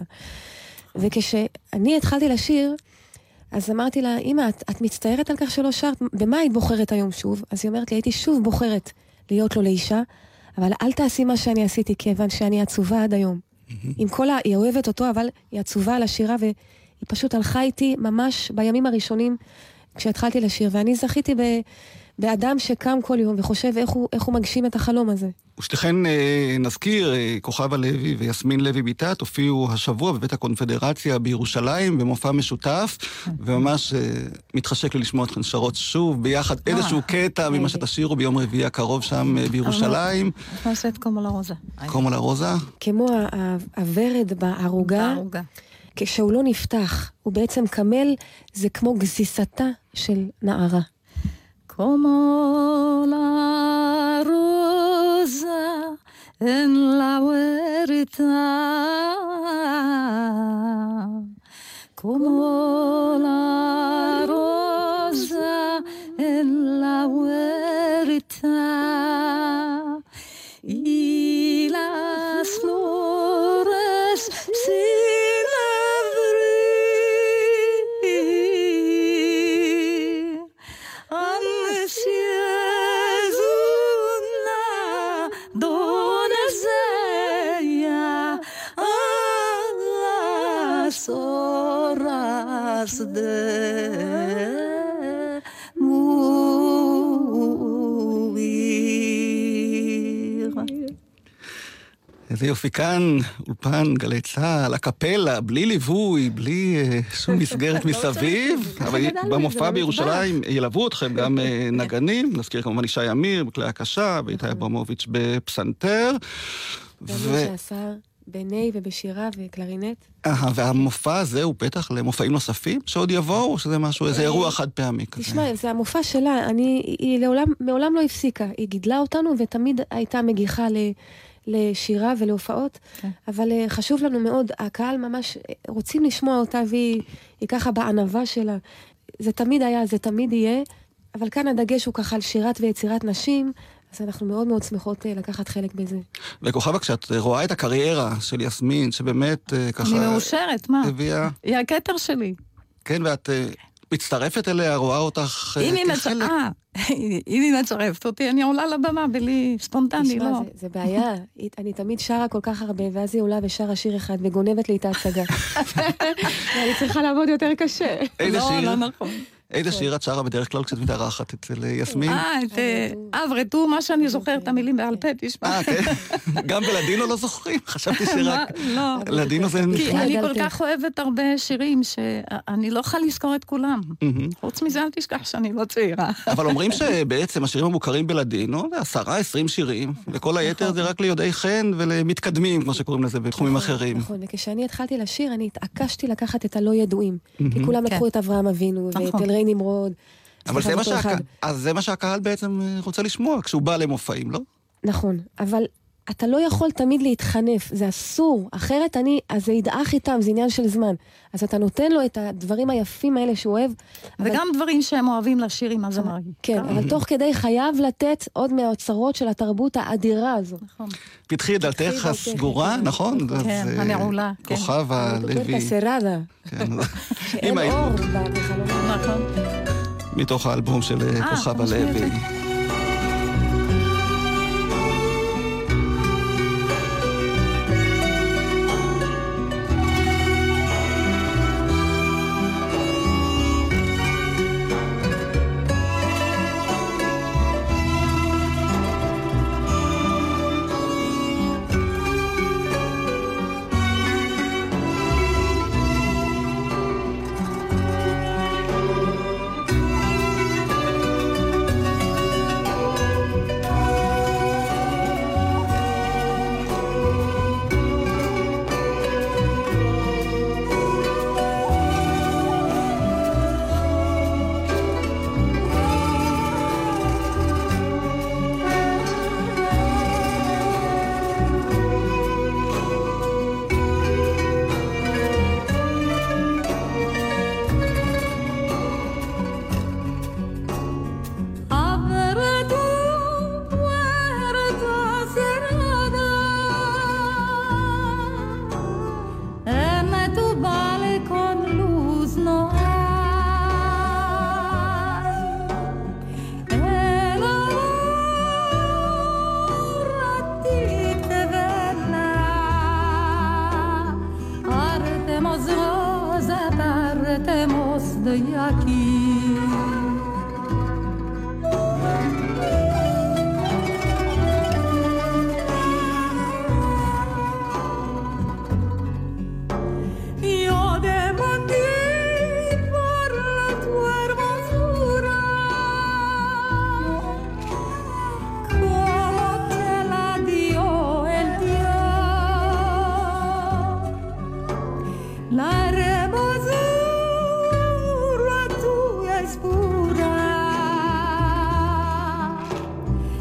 וכשאני התחלתי לשיר, אז אמרתי לה, אמא, את, את מצטערת על כך שלא שרת? במה היית בוחרת היום שוב? אז היא אומרת לי, הייתי שוב בוחרת להיות לו לאישה, אבל אל תעשי מה שאני עשיתי, כיוון שאני עצובה עד היום. עם כל ה... היא אוהבת אותו, אבל היא עצובה על השירה, והיא פשוט הלכה איתי ממש בימים הראשונים, כשהתחלתי לשיר, ואני זכיתי ב... באדם שקם כל יום וחושב איך הוא, איך הוא מגשים את החלום הזה. ושתכן נזכיר, כוכבה לוי ויסמין לוי ביתה תופיעו השבוע בבית הקונפדרציה בירושלים במופע משותף, וממש מתחשק לי לשמוע אתכן שרות שוב ביחד איזשהו קטע ממה שתשירו ביום רביעי הקרוב שם בירושלים. אנחנו נעשה את קומו לרוזה. קומו לרוזה? כמו הוורד בערוגה, כשהוא לא נפתח, הוא בעצם קמל, זה כמו גסיסתה של נערה. Como la rosa en la huerta, como la rosa en la huerta, y las flores sin abrir, ansias una doncella a las horas de איזה יופי כאן, אולפן, גלי צהל, הקפלה, בלי ליווי, בלי שום מסגרת מסביב, אבל במופע בירושלים ילוו אתכם גם נגנים, נזכיר כמובן ישי אמיר בכלי הקשה, ואיתי אברמוביץ' בפסנתר. שעשה בני ובשירה וקלרינט. אה, והמופע הזה הוא פתח למופעים נוספים שעוד יבואו, או שזה משהו, איזה אירוע חד פעמי כזה? תשמע, זה המופע שלה, היא מעולם לא הפסיקה, היא גידלה אותנו ותמיד הייתה מגיחה ל... לשירה ולהופעות, okay. אבל uh, חשוב לנו מאוד, הקהל ממש רוצים לשמוע אותה, והיא ככה בענבה שלה. זה תמיד היה, זה תמיד יהיה, אבל כאן הדגש הוא ככה על שירת ויצירת נשים, אז אנחנו מאוד מאוד שמחות uh, לקחת חלק בזה. וכוכבה, כשאת רואה את הקריירה של יסמין, שבאמת uh, ככה... אני מאושרת, מה? הביאה... היא הכתר שלי. כן, ואת... Uh, מצטרפת אליה, רואה אותך כחלק. אם היא מצרפת אותי, אני עולה לבמה בלי ספונטני, לא. זה בעיה. אני תמיד שרה כל כך הרבה, ואז היא עולה ושרה שיר אחד, וגונבת לי את ההצגה. אני צריכה לעבוד יותר קשה. לא, לא נכון. איזה שיר את שרה בדרך כלל כשאת מתארחת אצל יסמין? אה, את אברטו, מה שאני זוכרת את המילים בעל פה, תשמע. אה, כן. גם בלדינו לא זוכרים? חשבתי שרק... לא. לדינו זה נפלא. כי אני כל כך אוהבת הרבה שירים שאני לא יכולה לזכור את כולם. חוץ מזה אל תשכח שאני לא צעירה. אבל אומרים שבעצם השירים המוכרים בלדינו, זה עשרה, עשרים שירים, וכל היתר זה רק ליודעי חן ולמתקדמים, כמו שקוראים לזה בתחומים אחרים. נכון, וכשאני התחלתי לשיר, אני התעקשתי לקחת את הלא ידועים. כי כולם לקחו את אברהם אבינו ואת אלרי נמרוד. אבל זה מה, שהק... אז זה מה שהקהל בעצם רוצה לשמוע, כשהוא בא למופעים, לא? נכון, אבל אתה לא יכול תמיד להתחנף, זה אסור, אחרת אני, אז זה ידעך איתם, זה עניין של זמן. אז אתה נותן לו את הדברים היפים האלה שהוא אוהב. וגם אבל... דברים שהם אוהבים לשיר עם הזמרים. כן, אבל תוך כדי חייב לתת עוד מהאוצרות של התרבות האדירה הזו. נכון. פתחי את דלתך הסגורה, נכון? כן, הנעולה. כוכבה לוי. כסרדה. שאין אור בחלום. נכון. מתוך האלבום של כוכבה לוי.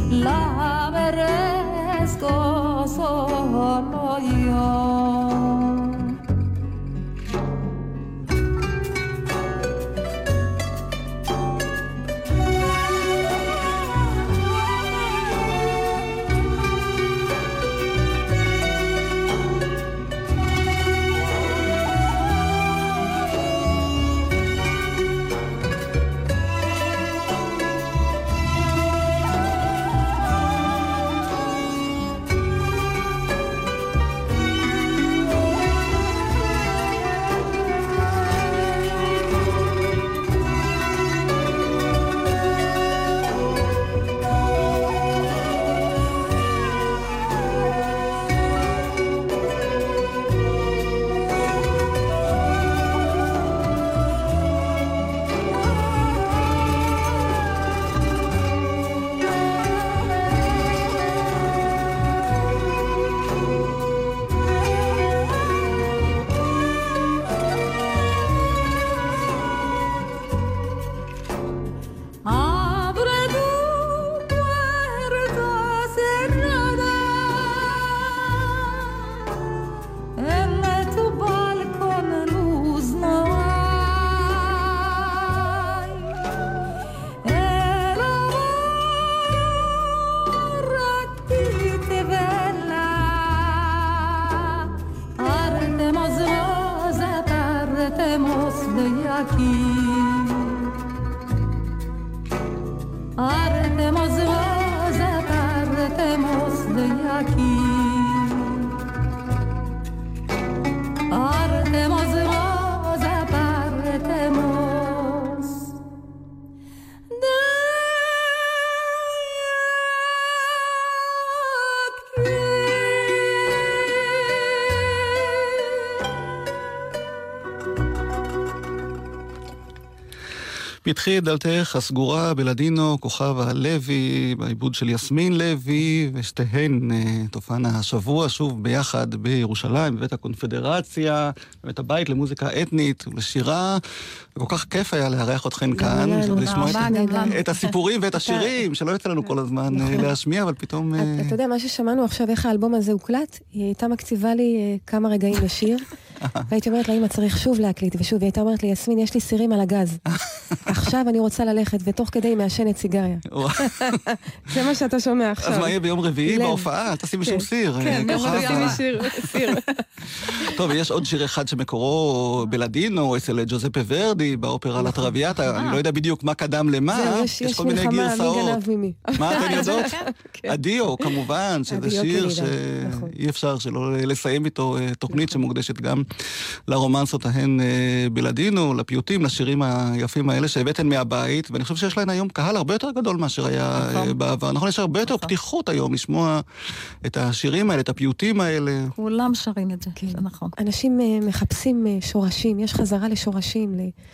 la merezco solo yo. פתחי דלתך הסגורה בלדינו, כוכב הלוי, בעיבוד של יסמין לוי, ושתיהן תופענה השבוע שוב ביחד בירושלים, בבית הקונפדרציה, בבית הבית למוזיקה אתנית ולשירה. וכל כך כיף היה לארח אתכן כאן, ולשמוע את הסיפורים ואת השירים, שלא יצא לנו כל הזמן להשמיע, אבל פתאום... אתה יודע, מה ששמענו עכשיו, איך האלבום הזה הוקלט, היא הייתה מקציבה לי כמה רגעים לשיר, והייתי אומרת לה, אמא, צריך שוב להקליט, ושוב, היא הייתה אומרת לי, יסמין, יש לי סירים על הגז. עכשיו אני רוצה ללכת, ותוך כדי מעשנת סיגריה. זה מה שאתה שומע עכשיו. אז מה יהיה ביום רביעי בהופעה? אל תשימי שום סיר. כן, ביום רביעי שיר. טוב, יש עוד שיר אחד שמקורו בלדינו, אצל ג'וזפה ורדי, באופרה לה טרוויאטה. אני לא יודע בדיוק מה קדם למה. יש כל מיני גרסאות. מי גנב ממי. מה אתן יודעות? הדיו, כמובן, שזה שיר שאי אפשר שלא לסיים איתו תוכנית שמוקדשת גם לרומנסות ההן בלדינו, לפיוטים, לשירים היפים האלה שהבאתן מהבית, ואני חושב שיש להן היום קהל הרבה יותר גדול מאשר היה בעבר. נכון, יש הרבה יותר פתיחות היום לשמוע את השירים האלה, את הפיוטים האלה. כולם שרים את זה, זה נכון. אנשים מחפשים שורשים, יש חזרה לשורשים,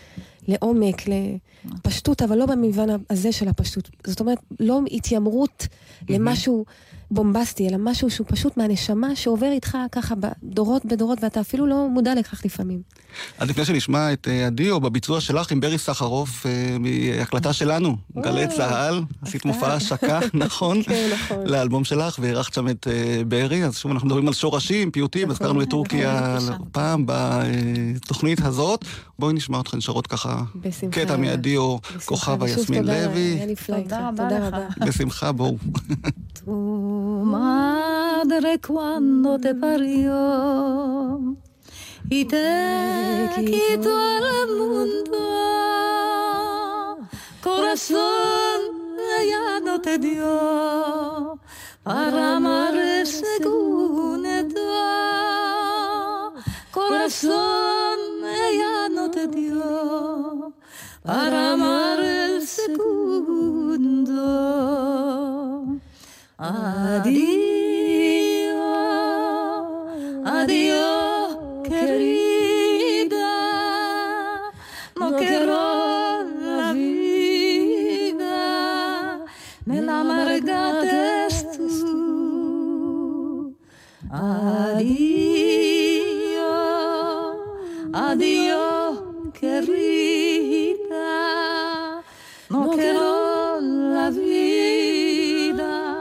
לעומק, לפשטות, אבל לא במובן הזה של הפשטות. זאת אומרת, לא התיימרות למשהו בומבסטי, אלא משהו שהוא פשוט מהנשמה שעובר איתך ככה בדורות בדורות, ואתה אפילו לא מודע לכך לפעמים. אז לפני שנשמע את הדיו בביצוע שלך עם ברי סחרוף, מהקלטה שלנו, גלי צהל, עשית מופע השקה, נכון? כן, נכון. לאלבום שלך, והערכת שם את ברי, אז שוב אנחנו מדברים על שורשים, פיוטים, הזכרנו את טורקיה פעם בתוכנית הזאת. בואי נשמע אתכן שרות ככה, קטע מהדיו, כוכב היסמין לוי. תודה רבה. בשמחה, בואו. Tu madre quando te parió y te quitó al mundo, corazón ella no te dio para amar según tú, corazón ella no te dio para amar segundo. Adiós, adiós, querida, no quiero la vida, me la amargaste tú. Adiós, adiós, querida, no quiero la vida.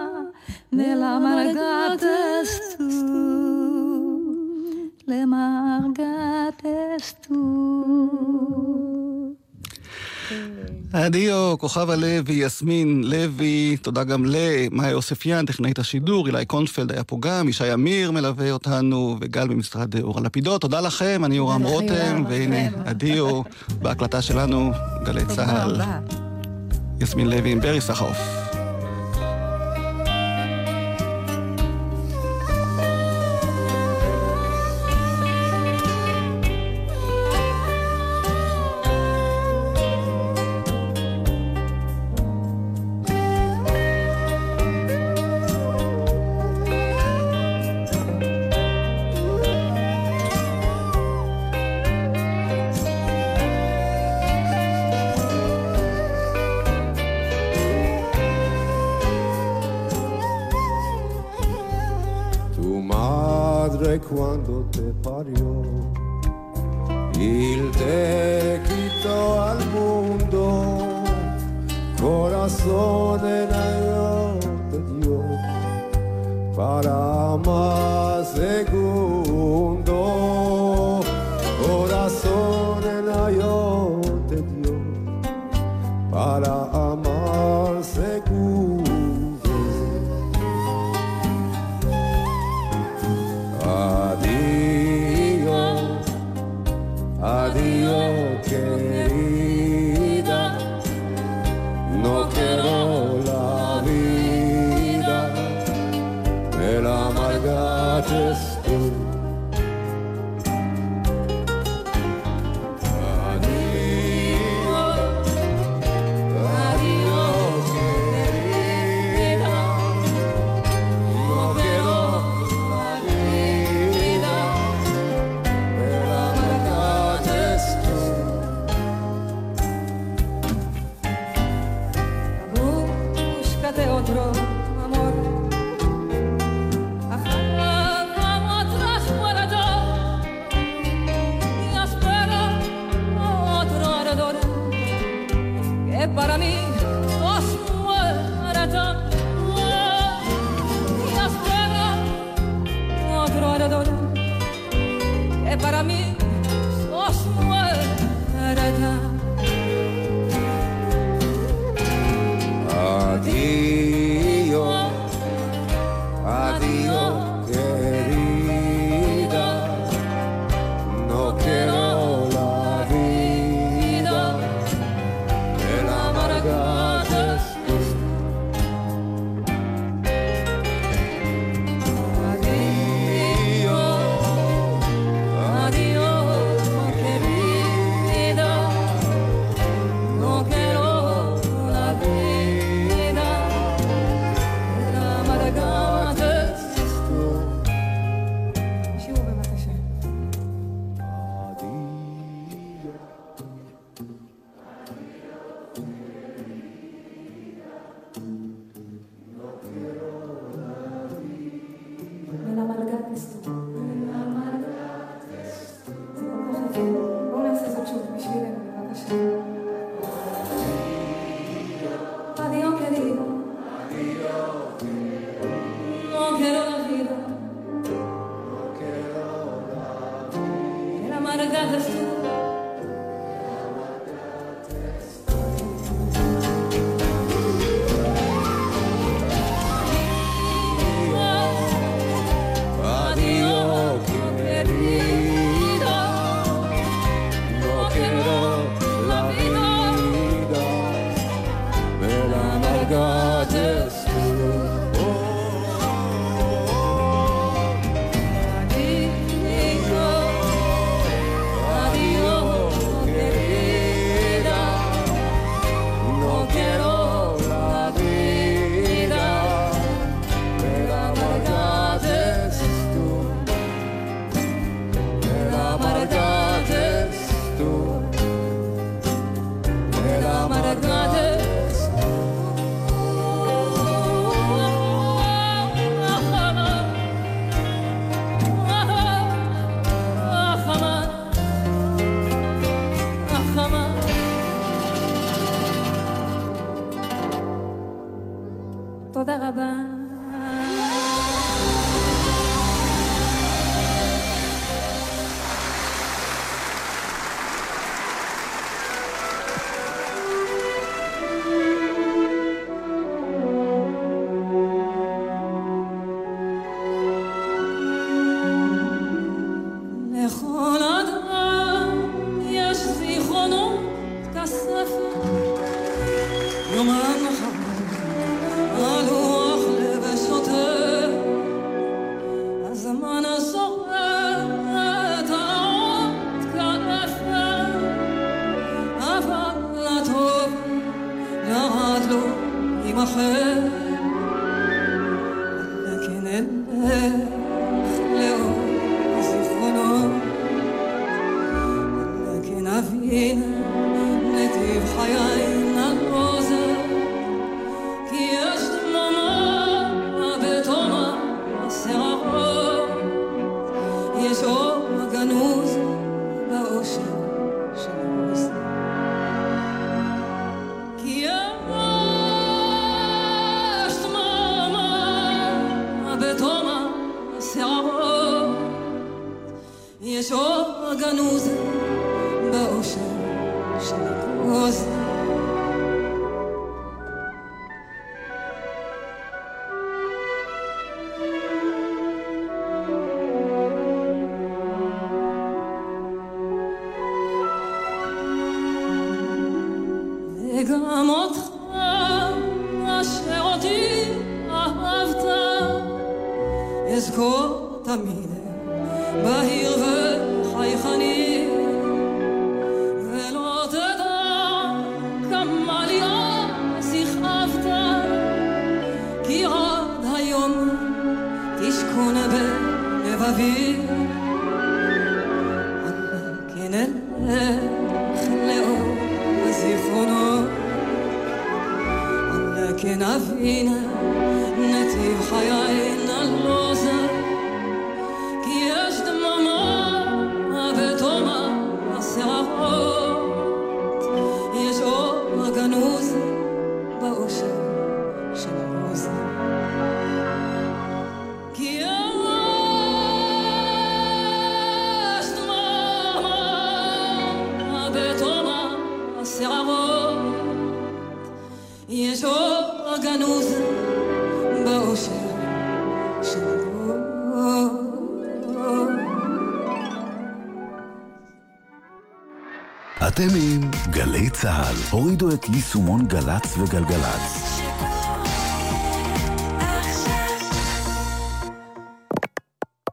אדיו, כוכב הלוי, יסמין לוי, תודה גם למאיה יוספיאן, טכנאית השידור, אילי קונפלד היה פה גם, ישי אמיר מלווה אותנו, וגל במשרד אור הלפידות. תודה לכם, אני יורם רותם, והנה אדיו, בהקלטה שלנו, גלי צהל. יסמין לוי עם ברי סחרוף. Quando te parió il te quitó al mundo corazón yo te dio para más segundo corazón yo te dio para amar segundo. Adiós, querida, no quiero la vida, me la amargaste tú. Adiós, adiós, querida, no quiero la vida, me la amargaste tú. Búscate otro amor, como otras fuera yo, y espero otro ardor que para mí os muera yo, y espero otro ardor que para mí os muera yo. Adiós, adiós, querida, no quiero la vida, me la amargaste tú. Adiós, adiós, querida, no quiero la vida. בואו נעשה זאת שוב בשבילנו, בבקשה. Adiós, querido. No quiero la vida. Me la amargaste tú. Adiós, querida, no quiero la vida, me la amargaste tú. Adiós, querida, no quiero la vida, me la amargaste tú. Me la amargaste tú, me la amargaste tú. תודה רבה. לאור הזיכרונות, לכן אבין נתיב חיי נלוזה, כי יש דממה בתומה הסערות, יש אור גנוז באושר של עוזה, כי יש דממה בתומה הסערות, יש אור גנוז באושר של עוזה. וגם אותך אשר אותי אהבת אזכור תמיד בהיר וחייכני, ולא תדע כמה לי אז הכאבת, כי עד היום תשכון בלבבי, כן אלך לאור הזיכרונות, כן אבין נתיב חיי נלוזה, כי יש דממה בתומה הסערות, יש אור גנוז באושר של עוזה, כי יש דממה בתומה הסערות, יש אור גנוז באושר של עוזה. אתם עם גלי צהל. הורידו את יישומון גלץ וגלגלץ.